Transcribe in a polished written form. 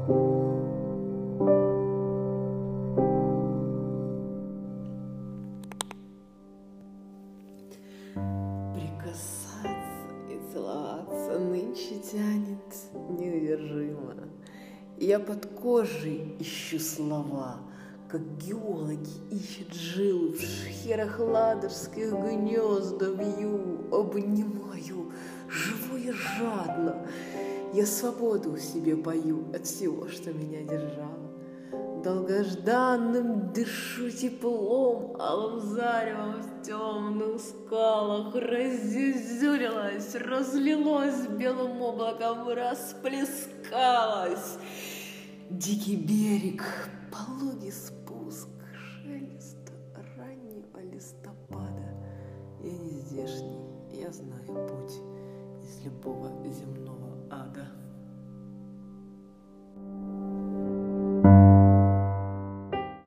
Прикасаться и целоваться нынче тянет неудержимо. Я под кожей ищу слова, как геологи ищут жилы, в шхерах ладожских гнезда вью, обнимаю, живу и жадно. Я свободу в себе пою от всего, что меня держало. Долгожданным дышу теплом, алым заревом в темных скалах раззюзюрилась, разлилось белым облаком, расплескалось. Дикий берег, пологий спуск, шелест раннего листопада. Я не здешний, я знаю путь из любого земного ада.